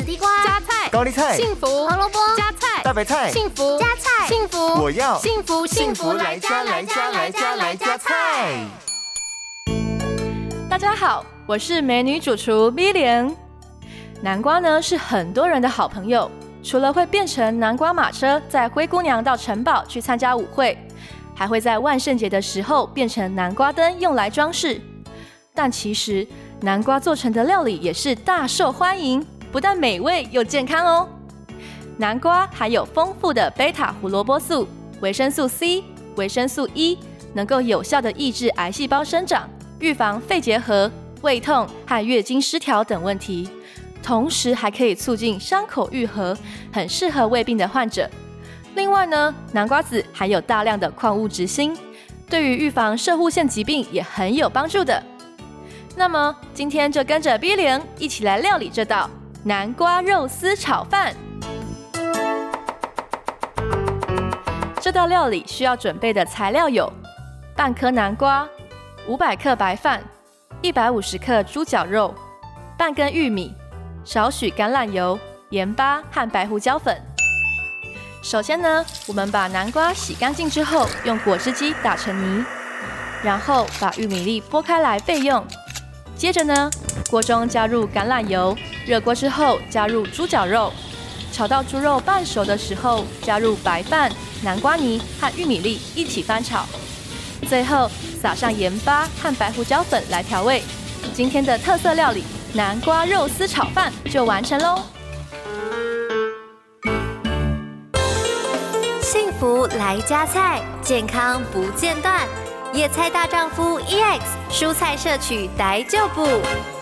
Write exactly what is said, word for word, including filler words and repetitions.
地瓜、 加菜、 高丽菜、 幸福、 胡萝卜、 加菜、 大白菜、 幸福、 加菜、 幸福， 我要幸福幸福来家来家来家来家菜。 大家好，我是美女主厨 V 莲。南瓜呢是很多人的好朋友，除了会变成南瓜马车载灰姑娘到城堡去参加舞会，还会在万圣节的时候变成南瓜灯用来装饰。但其实南瓜做成的料理也是大受欢迎，不但美味又健康哦。南瓜含有丰富的贝塔胡萝卜素、维生素 C、维生素 E， 能够有效的抑制癌细胞生长，预防肺结核、胃痛和月经失调等问题，同时还可以促进伤口愈合，很适合胃病的患者。另外呢，南瓜子含有大量的矿物质锌，对于预防攝護腺疾病也很有帮助的。那么今天就跟着 B 零一起来料理这道南瓜肉丝炒饭。这道料理需要准备的材料有半颗南瓜、五百克白饭、一百五十克猪脚肉、半根玉米、少许橄榄油、盐巴和白胡椒粉。首先呢，我们把南瓜洗干净之后，用果汁机打成泥，然后把玉米粒剥开来备用。接着呢，锅中加入橄榄油，热锅之后加入猪脚肉，炒到猪肉半熟的时候，加入白饭、南瓜泥和玉米粒一起翻炒，最后撒上盐巴和白胡椒粉来调味。今天的特色料理南瓜肉丝炒饭就完成喽！ 幸福来加菜，健康不间断。野菜大丈夫 E X 蔬菜摄取逮就补。